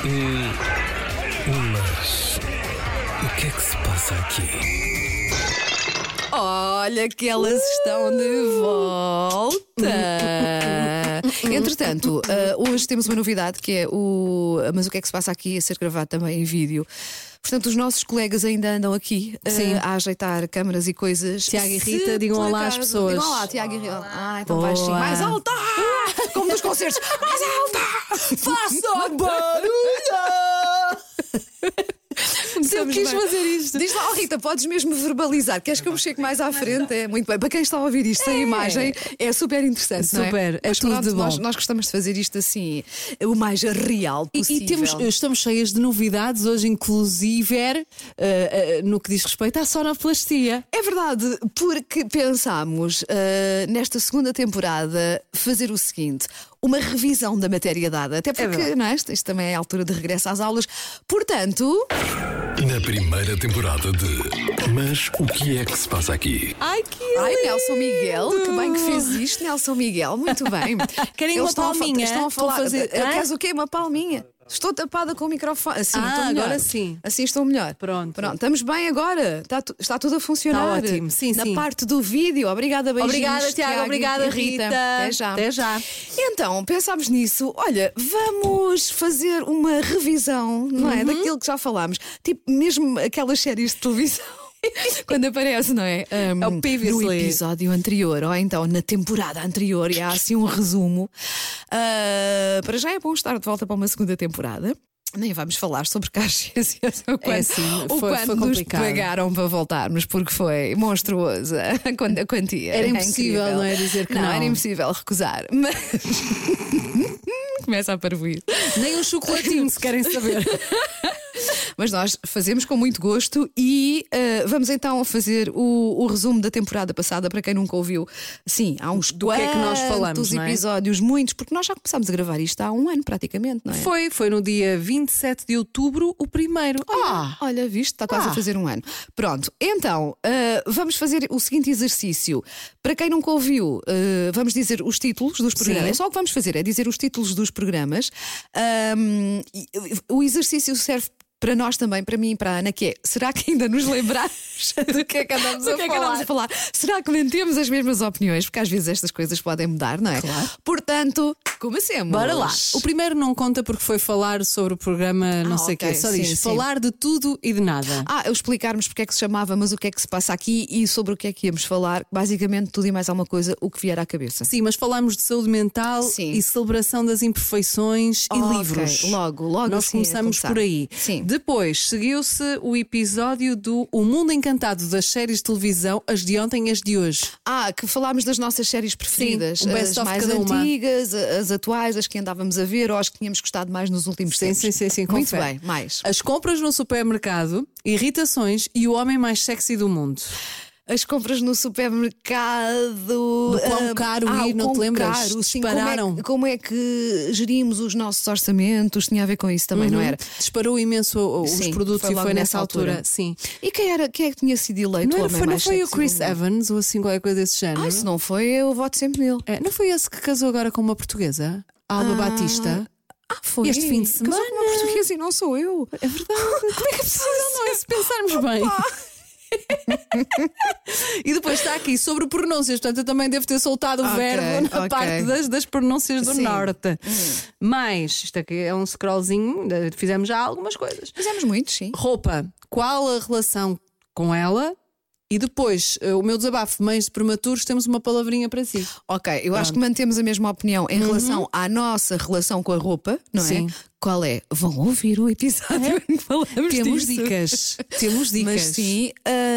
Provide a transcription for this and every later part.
Mas o que é que se passa aqui? Olha que elas estão de volta. Entretanto, hoje temos uma novidade que é o Mas o que é que se passa aqui a ser gravado também em vídeo. Portanto, os nossos colegas ainda andam aqui a ajeitar câmaras e coisas. Tiago e Rita, digam olá às pessoas. Digam olá, Tiago e Rita. Então baixinho. Mais alta! Como nos concertos. Mais alta! Faça barulho! Sempre quis fazer isto. Diz lá, Rita, podes mesmo verbalizar. Queres que eu me chegue mais à frente? É muito bem. Para quem está a ouvir isto sem imagem, é super interessante. Super, não é? tudo pronto, de bom. Nós gostamos de fazer isto assim, o mais real possível. E estamos cheias de novidades hoje, inclusive no que diz respeito à sonoplastia. É verdade, porque pensámos nesta segunda temporada fazer o seguinte: uma revisão da matéria dada. Até porque não é? Isto também é a altura de regresso às aulas. Portanto, Na primeira temporada de Mas o que é que se passa aqui? Ai, Nelson Miguel, que bem que fez isto, Nelson Miguel, muito bem. Querem Eles uma estão palminha? Estão a falar. Fazer... Queres o quê? Uma palminha? Estou tapada com o microfone. Assim, estou melhor. Agora sim. Assim estou melhor. Pronto. Estamos bem agora. Está tudo a funcionar. Está ótimo. Sim, Na sim. parte do vídeo. Obrigada, beijinhos. Obrigada, Tiago. Obrigada, e Rita. Até já. Até já. Então, pensámos nisso. Olha, vamos fazer uma revisão, não é? Daquilo que já falámos. Tipo, mesmo aquelas séries de televisão. Quando aparece, não é? É o Previously. No episódio anterior, ou então na temporada anterior, e há assim um resumo. Para já é bom estar de volta para uma segunda temporada. Nem vamos falar sobre caixas o quanto nos pagaram para voltarmos, porque foi monstruosa a quantia. Era impossível, não é? Dizer que não. Era impossível recusar. Mas começa a parvoir. Nem um chocolatinho, se querem saber. Mas nós fazemos com muito gosto e vamos então fazer o resumo da temporada passada para quem nunca ouviu. Sim, há uns do que é que nós falamos, episódios, muitos, porque nós já começámos a gravar isto há um ano praticamente, não é? Foi no dia 27 de outubro o primeiro. Olha, viste, está quase a fazer um ano. Pronto, então vamos fazer o seguinte exercício. Para quem nunca ouviu, vamos dizer os títulos dos programas. É só o que vamos fazer, é dizer os títulos dos programas. O exercício serve para nós também, para mim e para a Ana, que é: será que ainda nos lembramos do que é que andamos a falar? Será que mantemos as mesmas opiniões? Porque às vezes estas coisas podem mudar, não é? Claro. Portanto, comecemos. Bora lá. O primeiro não conta porque foi falar sobre o programa não sei o quê. Só diz falar de tudo e de nada. Explicarmos porque é que se chamava Mas o que é que se passa aqui e sobre o que é que íamos falar. Basicamente tudo e mais alguma coisa, o que vier à cabeça. Sim, mas falámos de saúde mental e celebração das imperfeições e livros. Logo nós assim começamos por aí. Sim. Depois seguiu-se o episódio do O Mundo Encantado das séries de televisão, as de ontem e as de hoje. Que falámos das nossas séries preferidas. Sim, as mais antigas, as atuais, as que andávamos a ver ou as que tínhamos gostado mais nos últimos tempos. Sim, muito bem, mais. As compras no supermercado, irritações e o homem mais sexy do mundo. As compras no supermercado. Do quão caro ir, não te lembras? Dispararam. Como é que gerimos os nossos orçamentos? Tinha a ver com isso também, não era? Disparou imenso os produtos e foi nessa altura. Sim. E quem é que tinha sido eleito? Não foi o Chris Evans ou assim qualquer coisa desse género? Se não foi, eu voto sempre nele. Não foi esse que casou agora com uma portuguesa? Alba Batista? Foi. Este fim de semana. Casou com uma portuguesa e não sou eu. É verdade. Como é que é possível, não é? Se pensarmos bem. E depois está aqui sobre pronúncias, portanto eu também devo ter soltado o verbo na parte das pronúncias do norte. Mas isto aqui é um scrollzinho, fizemos já algumas coisas. Fizemos muito, sim. Roupa, qual a relação com ela? E depois, o meu desabafo, mães de prematuros, temos uma palavrinha para si. Eu acho que mantemos a mesma opinião em relação à nossa relação com a roupa, não é? Qual é? Vão ouvir o episódio em que falamos Temos disso. dicas. Temos dicas. Mas sim,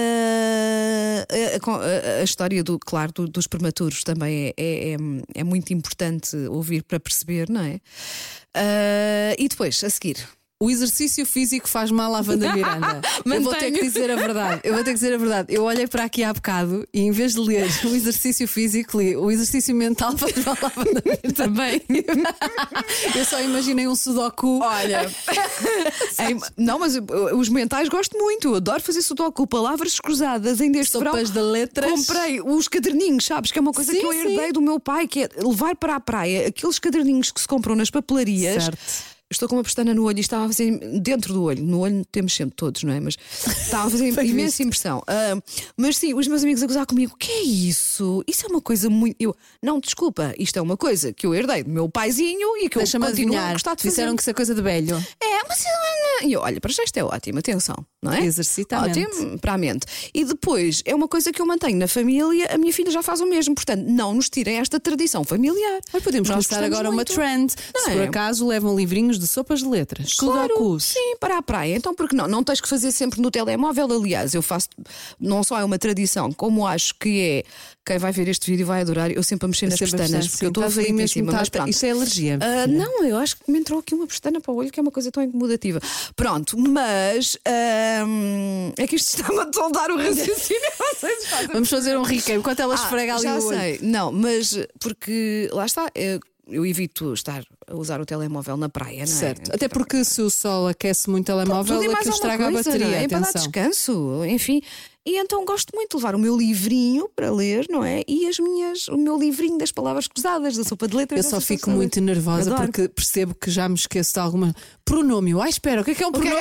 a história dos prematuros também é muito importante ouvir para perceber, não é? E depois, a seguir, o exercício físico faz mal à Wanda Miranda. Eu vou ter que dizer a verdade. Eu olhei para aqui há bocado e em vez de ler o exercício físico, li o exercício mental faz mal à Wanda Miranda também. Eu só imaginei um sudoku. Olha, não, mas os mentais gosto muito. Eu adoro fazer sudoku, palavras cruzadas. Ainda este sopas de letras. Comprei os caderninhos, sabes? Que é uma coisa que eu herdei do meu pai, que é levar para a praia aqueles caderninhos que se compram nas papelarias. Certo. estou com uma pestana no olho e estava a fazer dentro do olho. No olho temos sempre todos, não é? Mas estava a fazer imensa impressão. Mas sim, os meus amigos a gozar comigo: o que é isso? Isso é uma coisa muito. Não, desculpa, isto é uma coisa que eu herdei do meu paizinho e que eu continuo a gostar de fazer. Disseram que isso é coisa de velho. Mas e eu, olha, para já isto é ótimo, atenção, não é? Exercita a mente. Ótimo para a mente. E depois é uma coisa que eu mantenho na família, a minha filha já faz o mesmo, portanto, não nos tirem esta tradição familiar. Mas podemos começar agora muito. uma trend. Se por acaso levam livrinhos de sopas de letras, Claro, sudokus. sim, para a praia. Então, porque não? Não tens que fazer sempre no telemóvel. Aliás, eu faço, não só é uma tradição, como acho que é. Quem vai ver este vídeo vai adorar. Eu sempre a mexer nas pestanas, porque eu estou felicíssima. Mas pronto. Isto é alergia. Não, eu acho que me entrou aqui uma pestana para o olho, que é uma coisa tão incomodativa. Pronto, mas é que isto está-me a toldar o raciocínio. Vamos fazer um recap enquanto ela esfrega ali já o olho. sei. Não, mas porque lá está. Eu evito estar a usar o telemóvel na praia, não é? Certo. Até porque se o sol aquece muito o telemóvel, tudo e mais aquilo estraga alguma a coisa, bateria. não é? Para dar descanso, enfim. E então gosto muito de levar o meu livrinho para ler, não é? E o meu livrinho das palavras cruzadas, da sopa de letras. Eu só fico muito nervosa porque percebo que já me esqueço de alguma. Pronômio. Espera, o que é um pronome?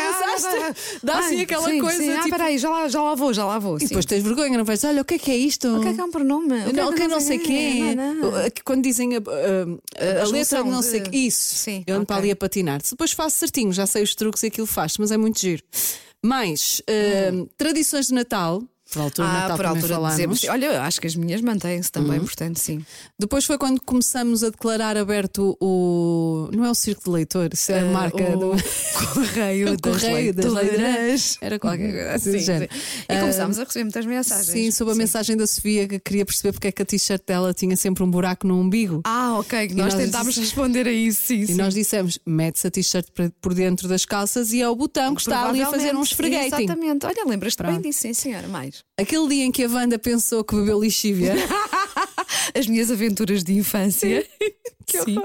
Dá assim aquela coisa. Sim. Tipo... Peraí, já lá vou. E depois tens vergonha, não vais dizer, olha, o que é isto? O que é um pronome? Não sei quem. Quando dizem a letra não sei que. Isso. Sim, eu ando para ali a patinar. Depois faço certinho, já sei os truques e aquilo faz, mas é muito giro. Mais tradições de Natal. Por altura de Natal também falámos. Olha, eu acho que as minhas mantêm-se também, portanto, sim. Depois foi quando começamos a declarar aberto o. Não é o Circo de Leitor, isso é a marca do. Correio das Leitoras. Era qualquer coisa assim do género. E começámos a receber muitas mensagens. Sim, sobre a mensagem da Sofia, que queria perceber porque é que a t-shirt dela tinha sempre um buraco no umbigo. Ok, que nós tentámos responder a isso, sim. E nós dissemos: mete-se a t-shirt por dentro das calças e é o botão que está ali a fazer um esfregueting. Exatamente. Olha, lembras-te bem disso, sim, senhora. Mais. Aquele dia em que a Wanda pensou que bebeu lixívia. As minhas aventuras de infância. Sim.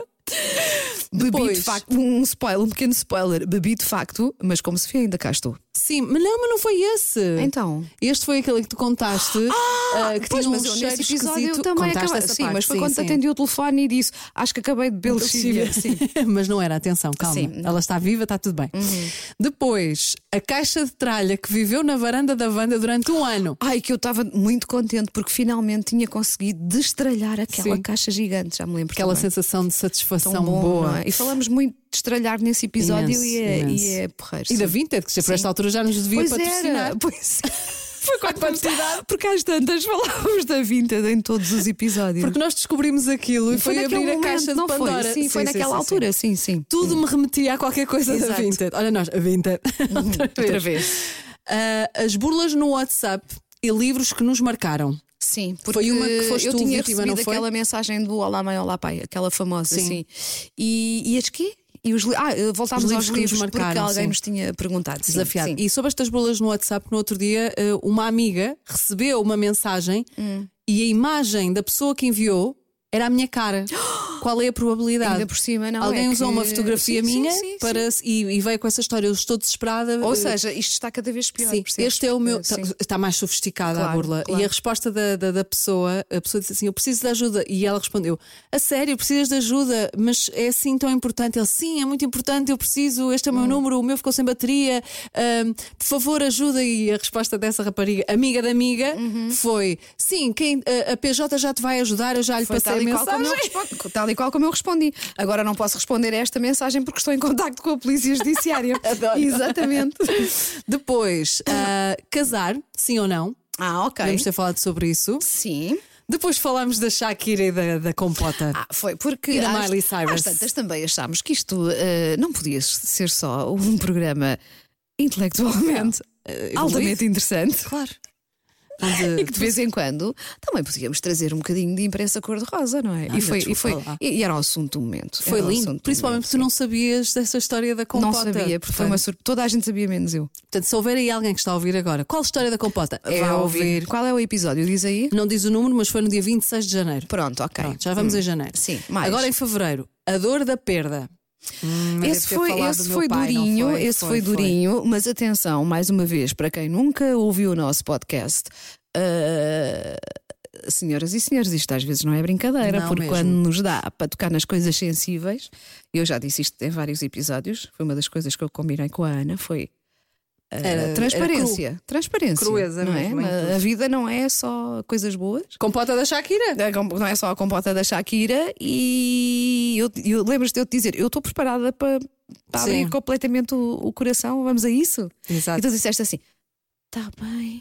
Bebi de facto, um pequeno spoiler. Bebi de facto, mas como Sofia ainda cá estou. Sim, mas não foi esse. Então. Este foi aquele que tu contaste. Que pois, tinha mas cheiro nesse episódio esquisito. também acabei. Sim, mas foi quando te atendi o telefone e disse: acho que acabei de beber lixívia. Mas não era, atenção, calma. Sim. Ela está viva, está tudo bem. Depois, a caixa de tralha que viveu na varanda da Wanda durante um ano. Que eu estava muito contente porque finalmente tinha conseguido destralhar aquela caixa gigante. Já me lembro. Aquela também. sensação de satisfação Bom, boa. E falamos muito de estralhar nesse episódio Imenso. E é porreiro. E da Vinted, que por esta altura já nos devia patrocinar. Pois foi porque às tantas falávamos da Vinted em todos os episódios. Porque nós descobrimos aquilo e foi abrir a caixa de Pandora. Sim, foi naquela altura, sim. Tudo me remetia a qualquer coisa da Vinted. Olha nós, a Vinted. Outra vez. As burlas no WhatsApp e livros que nos marcaram. Sim, porque foi uma que foste eu tu tinha vítima, recebido não foi? aquela mensagem do Olá Mãe, Olá Pai, aquela famosa, Sim. E as quê? E voltámos aos livros porque alguém nos tinha perguntado. Desafiado. Sim. E sobre estas bolas no WhatsApp, no outro dia, uma amiga recebeu uma mensagem e a imagem da pessoa que enviou era a minha cara. Qual é a probabilidade? Ainda por cima, não Alguém é usou que... uma fotografia minha para e veio com essa história. Eu estou desesperada. Ou seja, isto está cada vez pior. Sim, este é o meu. Está mais sofisticada a burla. Claro. E a resposta da pessoa, a pessoa disse assim: eu preciso de ajuda. E ela respondeu: a sério, precisas de ajuda? Mas é assim tão importante? Ele: sim, é muito importante, eu preciso. Este é o meu número, o meu ficou sem bateria. Por favor, ajuda. E a resposta dessa rapariga, amiga da amiga, foi: sim, a PJ já te vai ajudar. Eu já lhe passei a mensagem. Tal e qual como eu respondi. Agora não posso responder a esta mensagem porque estou em contacto com a Polícia Judiciária. Adoro. Exatamente. Depois, casar, sim ou não? Ok. Podemos ter falado sobre isso. Sim. Depois falámos da Shakira e da compota. Foi porque e da Miley Cyrus. Às tantas também achámos que isto não podia ser só um programa intelectualmente altamente interessante. Claro. E que de vez em quando também podíamos trazer um bocadinho de imprensa cor-de-rosa, não é? E era o assunto do momento. Foi lindo, principalmente porque tu não sabias dessa história da compota. Não sabia, porque foi uma surpresa. Toda a gente sabia, menos eu. Portanto, se houver aí alguém que está a ouvir agora, qual a história da compota? Vai ouvir. Qual é o episódio? Diz aí? Não diz o número, mas foi no dia 26 de janeiro. Pronto, ok. Pronto, já vamos em janeiro. Sim, mais. Agora em fevereiro, a dor da perda. Esse foi durinho, mas atenção, mais uma vez, para quem nunca ouviu o nosso podcast, senhoras e senhores, isto às vezes não é brincadeira, Não porque mesmo. quando nos dá para tocar nas coisas sensíveis, eu já disse isto em vários episódios, foi uma das coisas que eu combinei com a Ana, foi transparência. Transparência. Crueza não mesmo, em é? tudo. A vida não é só coisas boas. Compota da Shakira. Não é só a compota da Shakira. E eu lembro-te de eu te dizer: eu estou preparada para abrir Sim. completamente o coração. Vamos a isso. Exato. E tu disseste assim: está bem.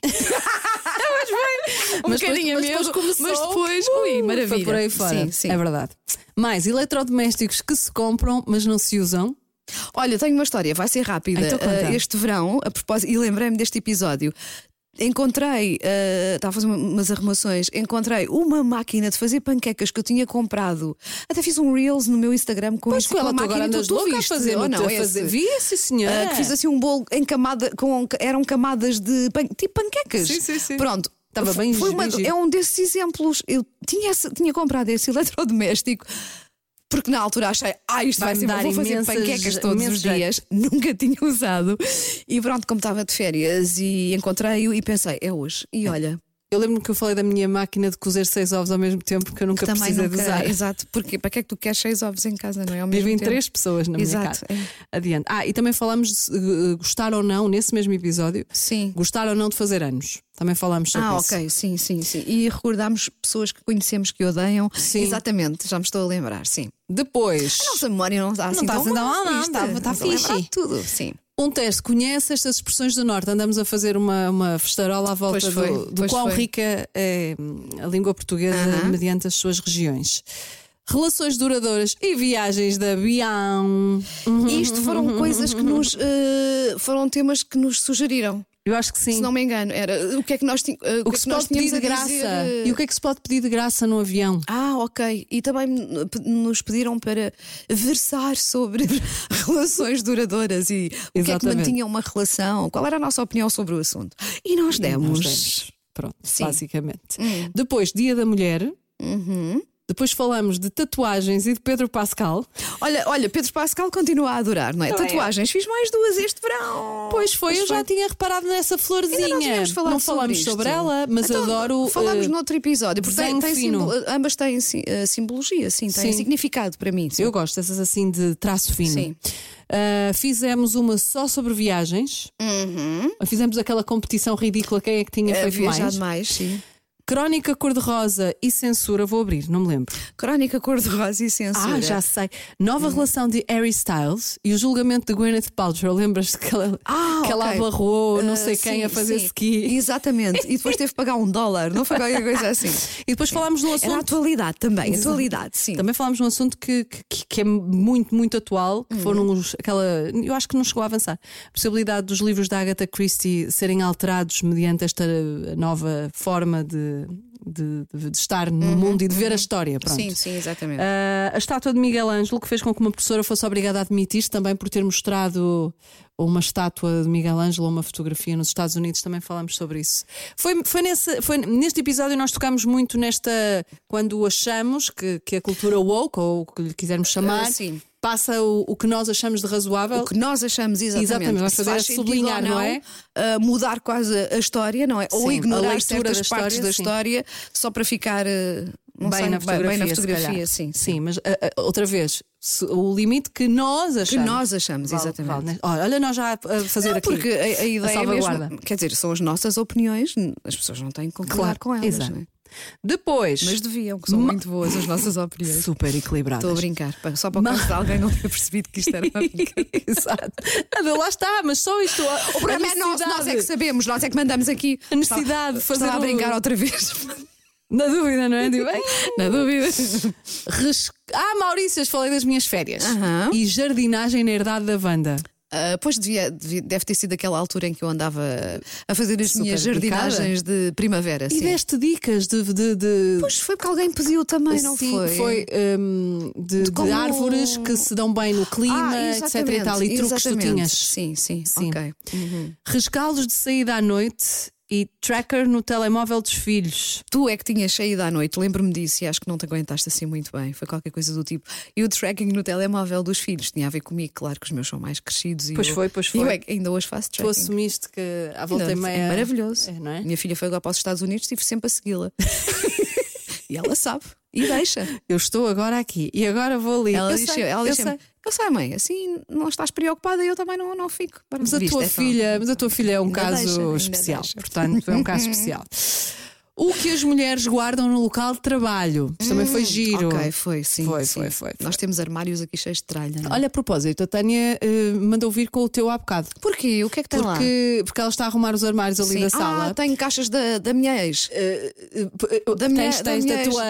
Mas depois começou. Mas depois, ui, maravilha. Foi por aí fora. Sim, sim. É verdade. Mais eletrodomésticos que se compram, mas não se usam. Olha, tenho uma história, vai ser rápida. Então conta. Este verão, a propósito, e lembrei-me deste episódio. Encontrei, estava a fazer umas arrumações, encontrei uma máquina de fazer panquecas que eu tinha comprado. Até fiz um Reels no meu Instagram com Pois isso. foi, ela com a agora máquina. andas Tu louca a viste, fazer, ou não? a fazer. Esse? Vi, sim, senhora. Que fiz assim um bolo em camada, eram camadas de tipo panquecas. Sim, sim, sim. Pronto. Estava bem giro. É um desses exemplos. Eu tinha comprado esse eletrodoméstico. Porque na altura achei, isto vai ser, vou fazer panquecas todos os dias. Nunca tinha usado. E pronto, como estava de férias e encontrei-o e pensei, é hoje. E olha, Eu lembro-me que eu falei da minha máquina de cozer 6 ovos ao mesmo tempo, que eu nunca também precisei de nunca. usar. Exato, porque para que é que tu queres 6 ovos em casa, não é? Ao mesmo Vivem tempo. 3 pessoas na minha Exato, casa. Adiante. E também falamos de gostar ou não, nesse mesmo episódio, Sim. gostar ou não de fazer anos. Também falámos sobre isso. Ok, sim. E recordámos pessoas que conhecemos que odeiam. Sim. Exatamente, já me estou a lembrar, sim. Depois, A nossa memória não está assim está tão assim tão mal, mal, não. isto Está estamos a lembrar fixe. de tudo, sim. um teste. Conhece estas expressões do Norte? Andamos a fazer uma festarola à volta Pois foi, do pois quão foi. rica é a língua portuguesa mediante as suas regiões. Relações duradouras e viagens de avião. Isto foram coisas que nos foram temas que nos sugeriram. Eu acho que sim. Se não me engano, era o que é que nós tínhamos. O que se pode pedir de graça? E o que é que se pode pedir de graça no avião? Ok. E também nos pediram para versar sobre relações duradouras e o que é que Exatamente. mantinha uma relação, qual era a nossa opinião sobre o assunto. E nós demos. Nós demos. Pronto, Sim. basicamente. Depois, Dia da Mulher. Depois falamos de tatuagens e de Pedro Pascal. Olha, Pedro Pascal continua a adorar, não é? Não é? Tatuagens, fiz mais 2 este verão. Pois foi, eu já tinha reparado nessa Ainda florzinha. não tínhamos falado Não falámos sobre sobre isto. ela, mas Então, adoro. Falámos noutro episódio, porque desenho tem fino. ambas têm simbologia, sim, têm Sim. significado para mim. Sim. Eu gosto dessas assim de traço fino. Sim. Fizemos uma só sobre viagens. Fizemos aquela competição ridícula. Quem é que tinha feito Viajar mais? demais, sim. Crónica cor-de-rosa e censura. Vou abrir, não me lembro. Crónica cor-de-rosa e censura. Já sei. Nova relação de Harry Styles e o julgamento de Gwyneth Paltrow. Lembras-te que ela ok. abarrou não sei quem Sim, a fazer sim. ski? Exatamente. E depois teve que pagar $1, não foi qualquer coisa assim. E depois falámos de um Era a assunto. atualidade também, atualidade, sim. Também falámos de um assunto que é muito, muito atual, que foram eu acho que não chegou a avançar. A possibilidade dos livros da Agatha Christie serem alterados mediante esta nova forma de estar no mundo e de ver a história. Pronto. Sim, exatamente. A estátua de Miguel Ângelo, que fez com que uma professora fosse obrigada a admitir-se também por ter mostrado uma estátua de Miguel Ângelo ou uma fotografia nos Estados Unidos, também falamos sobre isso. Foi neste episódio nós tocamos muito quando achamos que a cultura woke, ou o que lhe quisermos chamar, sim. passa o que nós achamos de razoável. O que nós achamos exatamente. Vamos Se fazer faz a sentido sublinhar, ou não é? Mudar quase a história, não é? Ou Sim, a ignorar leitura certas da partes história, da sim. história só para ficar Bem na fotografia, se calhar. sim. Mas outra vez, o limite que nós Que achamos. nós achamos, exatamente. Vale, né? Olha, nós já a fazer Não, aqui. porque a ideia é salvaguarda. mesmo, quer dizer, são as nossas opiniões, as pessoas não têm que concordar com elas, exato. não é? Depois, Mas deviam, que são muito boas as nossas opiniões. super equilibradas. Estou a brincar, só para o caso de alguém não ter percebido que isto era uma brincadeira. Exato. Lá está, mas só isto. O programa é nosso, nós é que sabemos, nós é que mandamos aqui. A necessidade de fazer Estava a brincar outra vez. Na dúvida, não é? Digo, bem, Na dúvida. Maurício, falei das minhas férias. Aham. E jardinagem na herdade da Wanda. Pois deve ter sido aquela altura em que eu andava a fazer as Super minhas dedicada. jardinagens de primavera. E Sim. deste dicas de Pois foi porque alguém pediu também, não sim, foi? de como- árvores que se dão bem no clima, etc. e tal. E truques que tu exatamente. tinhas. Sim, Sim. ok. Rescaldos de saída à noite e tracker no telemóvel dos filhos. Tu é que tinhas saído à noite, lembro-me disso e acho que não te aguentaste assim muito bem. Foi qualquer coisa do tipo. E o tracking no telemóvel dos filhos tinha a ver comigo, claro que os meus são mais crescidos. Pois foi. E eu é que ainda hoje faço Tu tracking. assumiste que à volta e Ainda, meia. é maravilhoso. É, não é? Minha filha foi agora para os Estados Unidos, estive sempre a segui-la. E ela sabe. E deixa. Eu estou agora aqui e agora vou ali. Ela diz eu sei, mãe, assim não estás preocupada e eu também não fico. Mas a tua filha é um caso especial. Portanto, é um caso especial. O que as mulheres guardam no local de trabalho. Isto também foi giro. Ok, foi, sim. Foi. Nós temos armários aqui cheios de tralha. Não é? Olha, a propósito, a Tânia mandou vir com o teu há bocado. Porquê? O que é que tem lá? Porque ela está a arrumar os armários ali da sala. Tenho caixas da minha ex. Tens da tua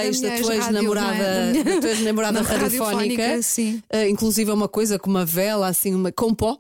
ex-namorada radiofónica. Sim. Inclusive é uma coisa com uma vela, assim, com pó.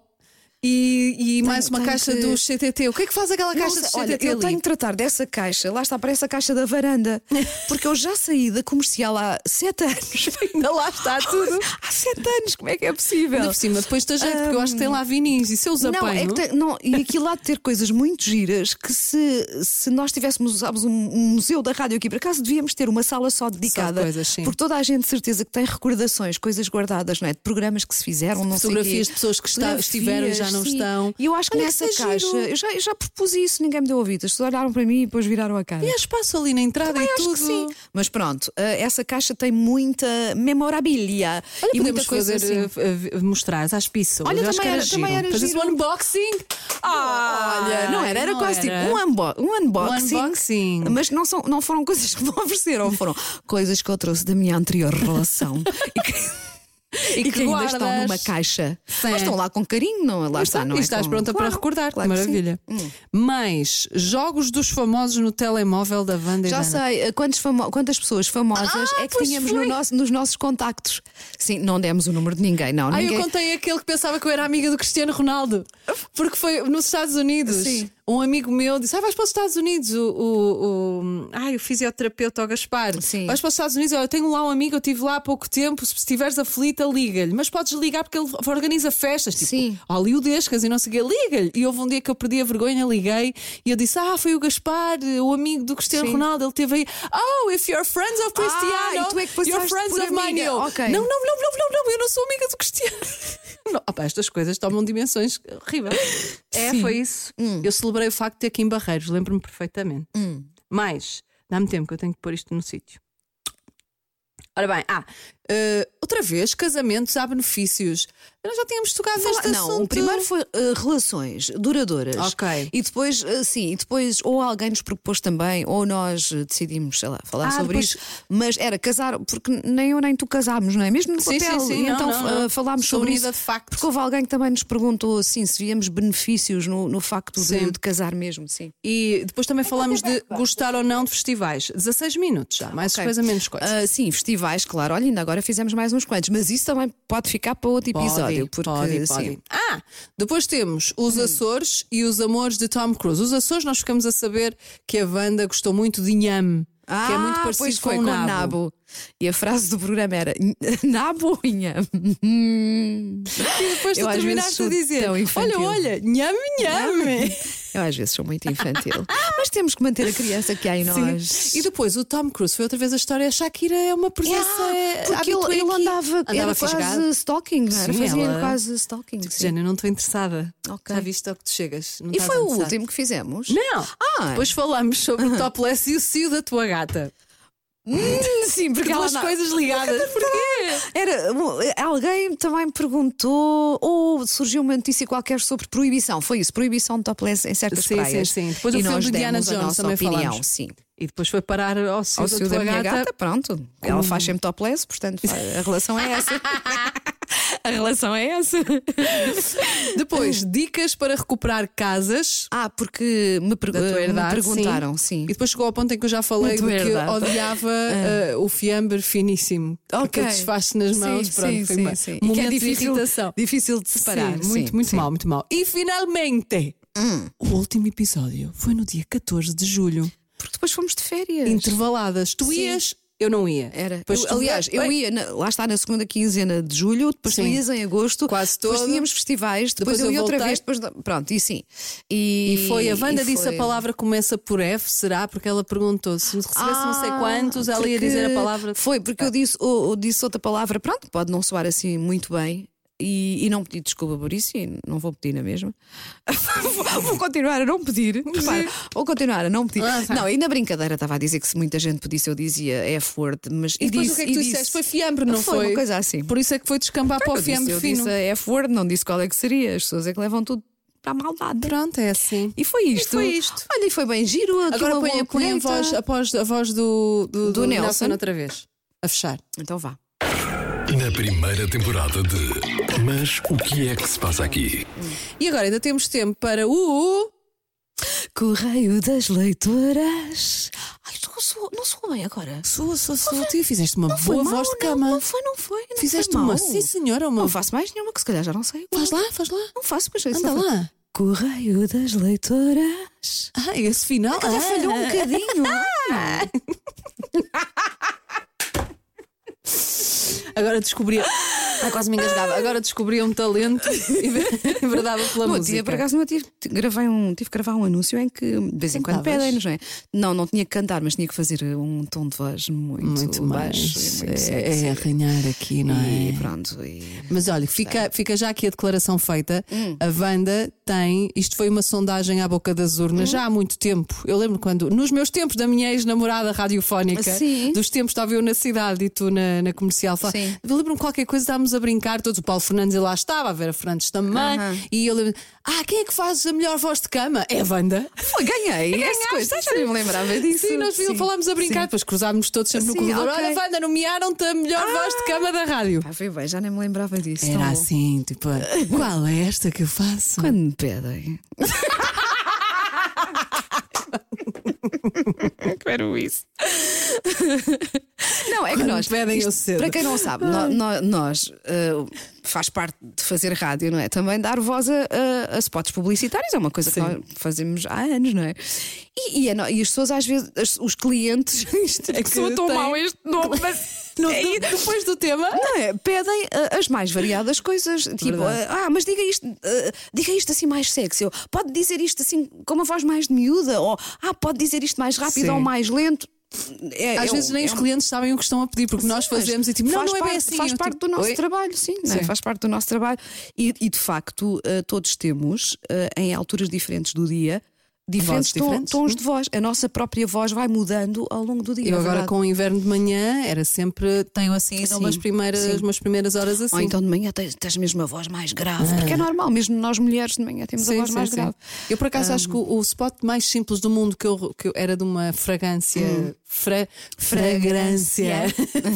E mais uma caixa dos CTT. O que é que faz aquela caixa dos CTT? Olha, eu tenho que tratar dessa caixa. Lá está, parece a caixa da varanda. Porque eu já saí da comercial há 7 anos. Ainda lá está tudo. Há 7 anos, como é que é possível? Ainda por cima, depois da jeito, porque eu acho que tem lá vinis. E se eu os apanho? E aquilo há de ter coisas muito giras que se nós tivéssemos, usámos um museu da rádio aqui, por acaso devíamos ter uma sala só dedicada. Só coisas, sim. Porque toda a gente de certeza que tem recordações, coisas guardadas, não é? De programas que se fizeram, não sei fotografias de pessoas que estiveram e já não estão. E eu acho que nessa caixa, eu já propus isso, ninguém me deu ouvido. As pessoas olharam para mim e depois viraram a cara. E há espaço ali na entrada também e acho tudo. Que sim. Mas pronto, essa caixa tem muita memorabilia. Olha, e muita coisa assim. Mostrar às pessoas. Olha, também era Fazes giro. um unboxing. Olha, não era quase tipo um unboxing. Mas não foram coisas que me ofereceram, foram coisas que eu trouxe da minha anterior relação. E que ainda estão numa caixa. Mas estão lá com carinho, não? Lá está, não é? E estás pronta para recordar. Claro, maravilha. Mas jogos dos famosos no telemóvel da Wanda. Já sei, quantas pessoas famosas é que tínhamos nos nossos contactos? Sim, não demos o número de ninguém, não. Eu contei aquele que pensava que eu era amiga do Cristiano Ronaldo, porque foi nos Estados Unidos. Sim. Um amigo meu disse: vais para os Estados Unidos. O fisioterapeuta, o Gaspar. Sim. Vais para os Estados Unidos. Eu tenho lá um amigo, eu estive lá há pouco tempo. Se estiveres aflita, liga-lhe. Mas podes ligar porque ele organiza festas. Tipo, sim. Hollywoodescas e não sei o quê. Liga-lhe. E houve um dia que eu perdi a vergonha, liguei e eu disse: foi o Gaspar, o amigo do Cristiano Ronaldo. Ele teve aí: if you're friends of Cristiano, e tu é que you're friends of mine. Okay. Não, eu não sou amiga do Cristiano. Não, estas coisas tomam dimensões horríveis. Foi isso. Eu celebrei o facto de ter aqui em Barreiros, lembro-me perfeitamente. Mas dá-me tempo que eu tenho que pôr isto no sítio. Ora bem, outra vez, casamentos há benefícios. Nós já tínhamos tocado neste assunto. Não, o primeiro foi relações duradouras. Ok. E depois, ou alguém nos propôs também, ou nós decidimos, sei lá, falar sobre isso. Mas era casar, porque nem eu nem tu casámos, não é? Mesmo no papel. Sim. E então falámos sobre isso. De facto. Porque houve alguém que também nos perguntou assim, se víamos benefícios no facto de casar mesmo, sim. E depois também falamos de gostar ou não de festivais. 16 minutos já, mais coisa, menos coisa. Sim, festivais, claro. Olha, ainda agora fizemos mais uns quantos, mas isso também pode ficar para outro episódio. Pode. Sim. Depois temos os Açores e os amores de Tom Cruise. Os Açores nós ficamos a saber que a Wanda gostou muito de Inhame, que é muito parecido com o Nabo. E a frase do programa era Nabo ou Inhame? E depois tu terminaste a dizer: olha, Nhame. Eu às vezes sou muito infantil. Mas temos que manter a criança que há em nós. Sim. E depois o Tom Cruise foi outra vez a história. A Shakira é uma presença. Porque ele andava era quase stalking, não era? Fazia quase stalking. Jane, eu não estou interessada. Okay. Já viste ao que tu chegas? Não e foi o último que fizemos? Não. Depois falamos sobre o topless e o cio da tua gata. Sim, porque duas coisas ligadas. Porquê? Alguém também me perguntou, ou surgiu uma notícia qualquer sobre proibição. Foi isso, proibição de topless em certas praias. Sim. Depois o filme de Diana Jones também falamos. Sim. E depois foi parar ao cio da minha gata. Pronto. Ela faz sempre topless, portanto a relação é essa. A relação é essa. Depois, dicas para recuperar casas. Porque me perguntaram, sim. E depois chegou ao ponto em que eu já falei de que odiava o fiambre finíssimo. Que desfaz-se nas mãos. Pronto, foi um momento de irritação. Difícil de separar. Muito mal, muito mal. E finalmente, o último episódio foi no dia 14 de julho. Porque depois fomos de férias intervaladas. Tu ias... Eu não ia. Eu ia, lá está, na segunda quinzena de julho, depois tu ias em agosto, quase todo. Depois tínhamos festivais, depois eu ia outra vez, pronto, e sim. E foi, a Wanda disse a palavra começa por F, será? Porque ela perguntou se recebesse não sei quantos, ela ia dizer a palavra. Foi, porque eu disse outra palavra, pronto, pode não soar assim muito bem. E não pedi desculpa por isso e não vou pedir na mesma. Vou continuar a não pedir. Repara, vou continuar a não pedir. Não, e na brincadeira estava a dizer que se muita gente pedisse, eu dizia F-word. Mas e depois o que é que tu disseste? Foi fiambre, não foi? Foi uma coisa assim. Por isso é que foi descambar para o fiambre fino. Eu disse F-word, não disse qual é que seria. As pessoas é que levam tudo para a maldade. Pronto, é assim. E foi isto. Olha, e foi bem giro. Agora põe a voz do Nelson outra vez. A fechar. Então vá. Na primeira temporada de Mas o que é que se passa aqui? E agora ainda temos tempo para o Correio das Leitoras. Ai, não sou bem agora. Sou. Tu fizeste uma boa voz de cama. Não foi. Fizeste foi uma, sim senhora. Não faço mais nenhuma, que se calhar já não sei. Faz lá. Não faço, mas anda lá. Correio das Leitoras. Esse final. Falhou um bocadinho. Agora descobri. Quase me engasgava. Agora descobri um talento e verdade pela música. Dia, por acaso, tive que gravar um anúncio em que de vez em quando pedem-nos, não é? Não tinha que cantar, mas tinha que fazer um tom de voz muito baixo. É arranhar aqui, não é? E pronto. Mas olha, fica já aqui a declaração feita. A Wanda tem. Isto foi uma sondagem à boca das urnas já há muito tempo. Eu lembro quando, nos meus tempos da minha ex-namorada radiofónica, dos tempos estava eu na cidade e tu na comercial. Eu lembro-me qualquer coisa, estávamos a brincar todos. O Paulo Fernandes lá estava, a Vera Fernandes também. E eu lembro, quem é que faz a melhor voz de cama? É a Wanda. Ganhei essa coisa, já nem me lembrava disso. Sim, nós falámos a brincar, depois cruzámos todos sempre no corredor. Olha, Wanda, nomearam-te a melhor voz de cama da rádio. Foi bem, já nem me lembrava disso. Era assim, tipo, qual é esta que eu faço? Quando me pedem. Quero isso. Não, é que nós pedem eu cedo. Para quem não sabe, nós faz parte de fazer rádio, não é? Também dar voz a spots publicitários é uma coisa que nós fazemos há anos, não é? E as pessoas às vezes, os clientes, é que soa tão mal este nome, mas depois do tema, não é? Pedem as mais variadas coisas, tipo, mas diga isto assim mais sexy, ou pode dizer isto assim com uma voz mais de miúda, ou pode dizer isto mais rápido ou mais lento. Às vezes nem os clientes sabem o que estão a pedir, porque nós fazemos e tipo, não é bem assim. Faz parte do nosso trabalho, sim. Faz parte do nosso trabalho. E de facto, todos temos, em alturas diferentes do dia, diferentes tons de voz. A nossa própria voz vai mudando ao longo do dia. Eu agora com o inverno de manhã era sempre, tenho assim umas primeiras horas assim. Ou então de manhã tens mesmo a voz mais grave, porque é normal, mesmo nós mulheres de manhã temos a voz mais grave. Eu por acaso acho que o spot mais simples do mundo que eu era de uma fragrância. Fragrância.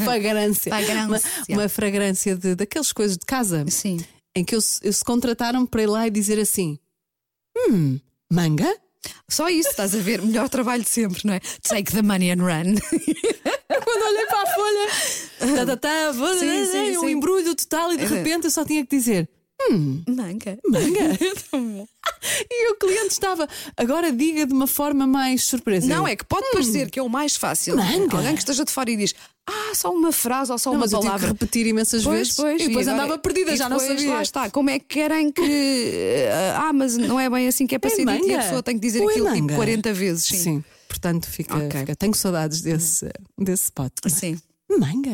Uma fragrância daquelas coisas de casa. Sim. Em que se contrataram para ir lá e dizer assim: manga? Só isso, estás a ver? Melhor trabalho de sempre, não é? Take the money and run. Quando olhei para a folha, um embrulho total, e de repente eu só tinha que dizer: manga. E o cliente estava, agora diga de uma forma mais surpresa. Não, é que pode parecer que é o mais fácil. Manga. Alguém que esteja de fora e diz: só uma frase ou só uma palavra. Eu tive que repetir imensas vezes. E depois andava perdida, já não sabia. Lá está, como é que querem que. Mas não é bem assim que é para ser dito, e a pessoa tem que dizer aquilo tipo 40 vezes. Sim. Portanto, fica. Tenho saudades desse spot. Sim. Manga.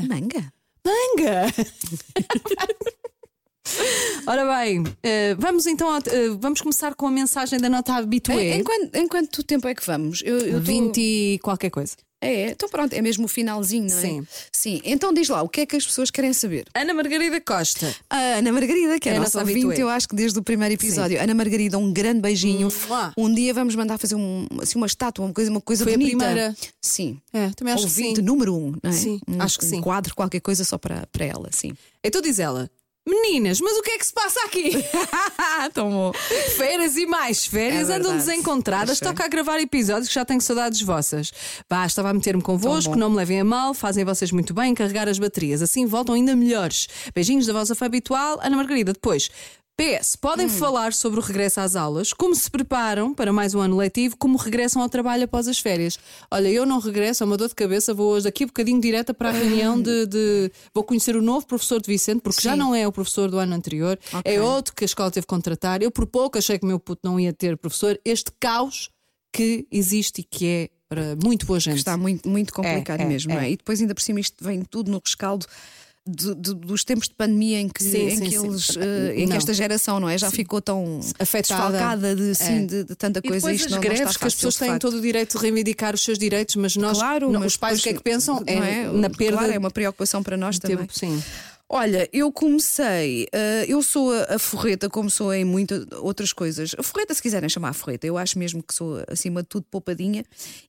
Ora bem, vamos então vamos começar com a mensagem da nota habitué. Em quanto tempo é que vamos? Eu 20 e qualquer coisa. Então pronto, é mesmo o finalzinho, não é? Sim. Então diz lá, o que é que as pessoas querem saber? Ana Margarida Costa. A Ana Margarida, que é a nossa ouvinte, eu acho que desde o primeiro episódio. Ana Margarida, um grande beijinho. Um dia vamos mandar fazer uma estátua, uma coisa Foi bonita. A primeira. Sim. Também acho ouvinte que sim. número 1, não é? Sim, acho que sim. Um quadro, qualquer coisa só para ela, sim. Então diz ela: meninas, mas o que é que se passa aqui? Tão bom. Férias e mais férias, andam desencontradas. Toca a gravar episódios que já tenho saudades vossas. Estava a meter-me convosco, não me levem a mal, fazem vocês muito bem carregar as baterias. Assim voltam ainda melhores. Beijinhos da vossa fã habitual, Ana Margarida. Depois, PS, podem falar sobre o regresso às aulas, como se preparam para mais um ano letivo, como regressam ao trabalho após as férias. Olha, eu não regresso, é uma dor de cabeça, vou hoje daqui um bocadinho direta para a reunião vou conhecer o novo professor de Vicente, porque já não é o professor do ano anterior, é outro que a escola teve que contratar. Eu por pouco achei que o meu puto não ia ter professor. Este caos que existe e que é para muito boa gente. Está muito, muito complicado mesmo, não é? E depois ainda por cima isto vem tudo no rescaldo dos tempos de pandemia em que, em que esta geração, não é? Já ficou tão afetada de tanta coisa. E depois isto as greves, que as pessoas têm todo o direito de reivindicar os seus direitos, mas nós, os pais, o que é que pensam? Na perda. Claro, é uma preocupação para nós também. Tempo, sim. Olha, eu comecei, eu sou a forreta, como sou em muitas outras coisas. A forreta, se quiserem chamar a forreta, eu acho mesmo que sou acima de tudo poupadinha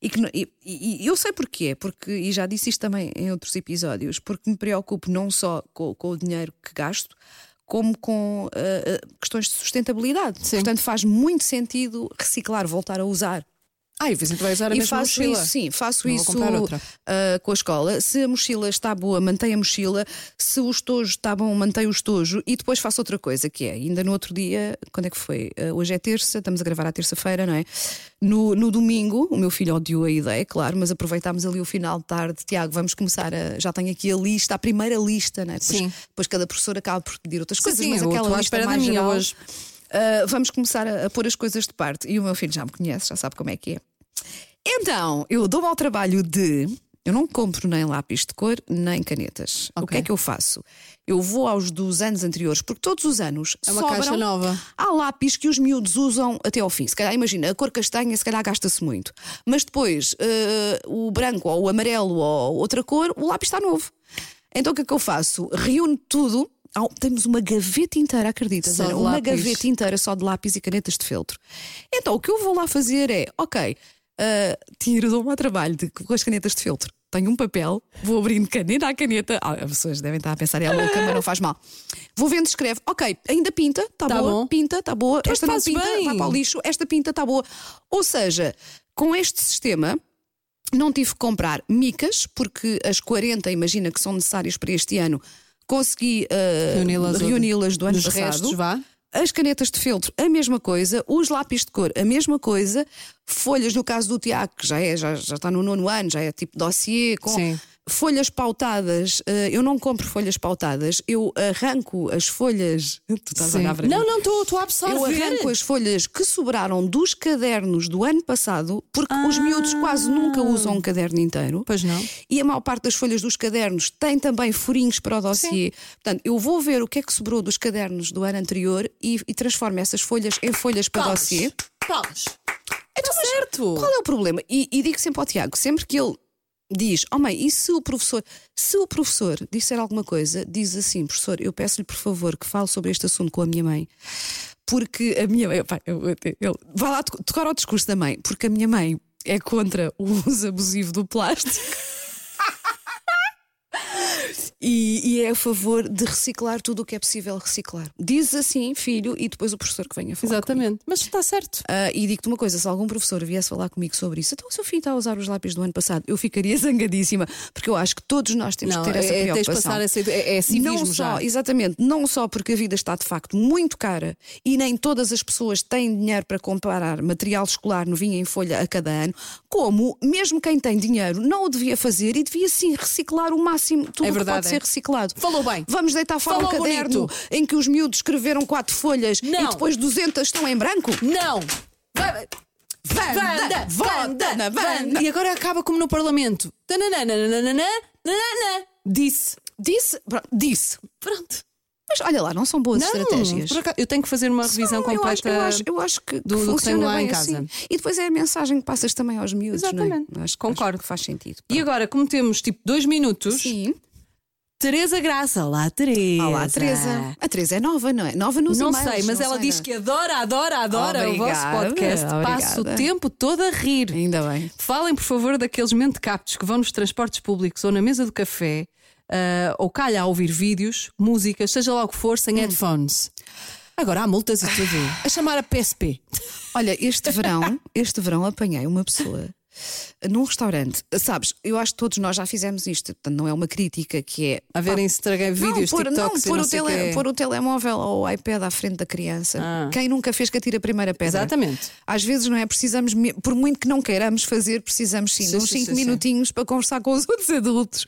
e eu sei porquê, e já disse isto também em outros episódios, porque me preocupo não só com o dinheiro que gasto, como com questões de sustentabilidade. Sim. Portanto, faz muito sentido reciclar, voltar a usar. E de vez em quando vai usar a mesma mochila. Faço isso com a escola. Se a mochila está boa, mantém a mochila. Se o estojo está bom, mantém o estojo. E depois faço outra coisa, que é, ainda no outro dia, quando é que foi? Hoje é terça, estamos a gravar à terça-feira, não é? No domingo, o meu filho odiou a ideia, claro, mas aproveitámos ali o final de tarde. Tiago, vamos começar já tenho aqui a lista, a primeira lista, não é? Depois cada professor acaba por pedir outras coisas, mas aquela lista mais geral hoje. Vamos começar a pôr as coisas de parte. E o meu filho já me conhece, já sabe como é que é. Então, eu dou-me ao trabalho eu não compro nem lápis de cor, nem canetas. Okay. O que é que eu faço? Eu vou aos dos anos anteriores, porque todos os anos uma caixa nova. Há lápis que os miúdos usam até ao fim. Se calhar, imagina, a cor castanha, se calhar gasta-se muito. Mas depois, o branco ou o amarelo ou outra cor, o lápis está novo. Então o que é que eu faço? Reúno tudo. Temos uma gaveta inteira, acredita? Uma gaveta inteira só de lápis e canetas de feltro. Então o que eu vou lá fazer é, dou-me ao trabalho com as canetas de feltro. Tenho um papel, vou abrindo caneta a caneta. As pessoas devem estar a pensar, é louca, mas não faz mal. Vou vendo, escreve, ainda pinta, está boa, bom. Pinta, está boa. Tu esta não pinta, bem. vai para o lixo, esta pinta, está boa. Ou seja, com este sistema. Não tive que comprar micas, porque as 40, imagina, que são necessárias para este ano, consegui reuni-las do ano passado. Restos, vá. As canetas de feltro, a mesma coisa. Os lápis de cor, a mesma coisa. Folhas, no caso do Tiago, que já está no 9º ano, já é tipo dossiê. Sim. Folhas pautadas, eu não compro folhas pautadas, eu arranco as folhas. Tu estás a olhar para mim? Não, estou a absorver. Eu arranco as folhas que sobraram dos cadernos do ano passado, porque os miúdos quase nunca usam um caderno inteiro. Pois não. E a maior parte das folhas dos cadernos tem também furinhos para o dossiê. Portanto, eu vou ver o que é que sobrou dos cadernos do ano anterior e transformo essas folhas em folhas para dossiê. Palmas. Então, certo. Qual é o problema? E digo sempre ao Tiago, sempre que ele diz, mãe, e se o professor disser alguma coisa, diz assim, professor, eu peço-lhe por favor que fale sobre este assunto com a minha mãe, porque a minha mãe, vai lá tocar ao discurso da mãe, porque a minha mãe é contra o uso abusivo do plástico. E é a favor de reciclar tudo o que é possível reciclar. Diz assim, filho, e depois o professor que venha falar. Exatamente, comigo. Mas está certo. E digo-te uma coisa: se algum professor viesse falar comigo sobre isso, então o seu filho está a usar os lápis do ano passado, eu ficaria zangadíssima, porque eu acho que todos nós temos que ter essa preocupação. Tens de passar é civismo não já. Só, exatamente, não só porque a vida está de facto muito cara e nem todas as pessoas têm dinheiro para comprar material escolar novinho em folha a cada ano, como mesmo quem tem dinheiro não o devia fazer e devia sim reciclar o máximo tudo que pode ser reciclado. Falou bem. Vamos deitar fora um caderno bonito. Em que os miúdos escreveram 4 folhas e depois 200 estão em branco? Não! Vanda. E agora acaba como no Parlamento. Disse. Pronto. Mas olha lá, não são boas estratégias. Eu tenho que fazer uma revisão completa eu acho que do que tenho lá em casa. Assim. E depois é a mensagem que passas também aos miúdos. Exatamente. Não é? Concordo. Que faz sentido. E agora, como temos tipo 2 minutos. Sim. Teresa Graça, olá Teresa. Olá Teresa. A Teresa é nova, não é? Nova nos e-mails. Não sei, mas ela diz que adora o vosso podcast. Passa o tempo todo a rir. Ainda bem. Falem, por favor, daqueles mentecaptos que vão nos transportes públicos ou na mesa do café, ou calha a ouvir vídeos, músicas, seja lá o que for, sem headphones. Agora há multas e tudo. A chamar a PSP. Olha, este verão apanhei uma pessoa num restaurante, sabes, eu acho que todos nós já fizemos isto, portanto não é uma crítica, que é a verem Instagram vídeos, TikToks, pôr o telemóvel ou o iPad à frente da criança. Quem nunca fez que atire a primeira pedra? Exatamente. Às vezes não é, precisamos, por muito que não queiramos fazer, precisamos sim, uns 5 minutinhos para conversar com os outros adultos.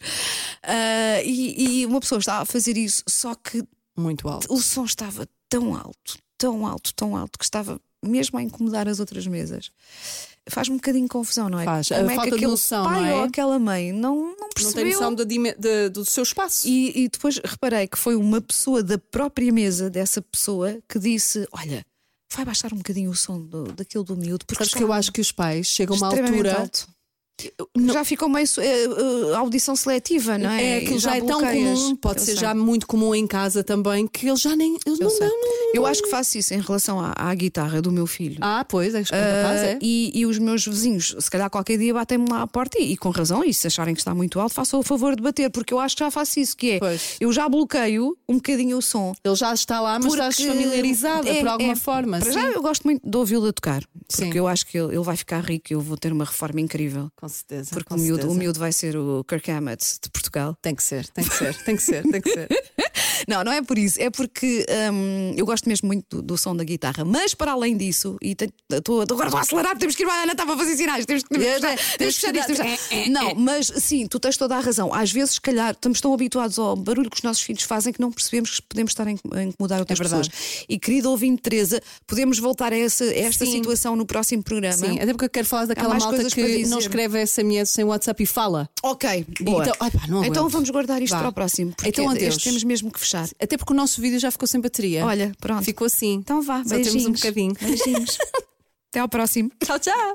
E uma pessoa estava a fazer isso, só que muito alto. O som estava tão alto que estava mesmo a incomodar as outras mesas. Faz-me um bocadinho confusão, não é? Faz. Como A é falta que de aquele noção, pai não é? ou aquela mãe não percebeu. Não tem noção do seu espaço. E depois reparei que foi uma pessoa da própria mesa dessa pessoa que disse: olha, vai baixar um bocadinho o som daquilo do miúdo. Porque Sabes que eu acho que os pais chegam a uma extremamente altura. alto. Já ficou meio audição seletiva, não é? É aquilo já é tão bloqueias. comum, pode Eu ser sei. já muito comum em casa também, que eles já nem. Eles Eu sei. não. Eu acho que faço isso em relação à guitarra do meu filho. Pois, és capaz, é. E os meus vizinhos, se calhar qualquer dia batem-me lá à porta e com razão, e se acharem que está muito alto, façam o favor de bater, porque eu acho que já faço isso, que é Pois. eu já bloqueio um bocadinho o som. Ele já está lá, mas estás familiarizada por alguma forma. Para sim. já eu gosto muito de ouvi-lo a tocar, porque Sim. eu acho que ele vai ficar rico e eu vou ter uma reforma incrível. Com certeza. Porque com o certeza. miúdo vai ser o Kirk Hammett de Portugal. Tem que ser. Tem que ser. Não é por isso, é porque eu gosto mesmo muito do som da guitarra. Mas para além disso, e agora estou a acelerar, temos que ir, a Ana estava a fazer sinais, temos que fechar isto. Não, mas sim, tu tens toda a razão. Às vezes, se calhar, estamos tão habituados ao barulho que os nossos filhos fazem que não percebemos que podemos estar a incomodar outras pessoas. E querida ouvinte Teresa, podemos voltar a esta Sim. situação no próximo programa. Sim, até porque eu quero falar daquela mais malta coisas para que dizer. não escreve SMS sem WhatsApp e fala. Ok, boa. Então, não Então aguento. vamos guardar isto Vá. para o próximo. Porque Então, adeus. este temos mesmo que fechar. Até porque o nosso vídeo já ficou sem bateria. Olha, pronto. Ficou assim. Então vá, Só beijinhos. temos um bocadinho. Beijinhos. Até ao próximo. Tchau, tchau.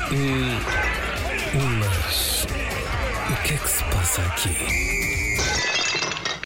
Mas o que é que se passa aqui?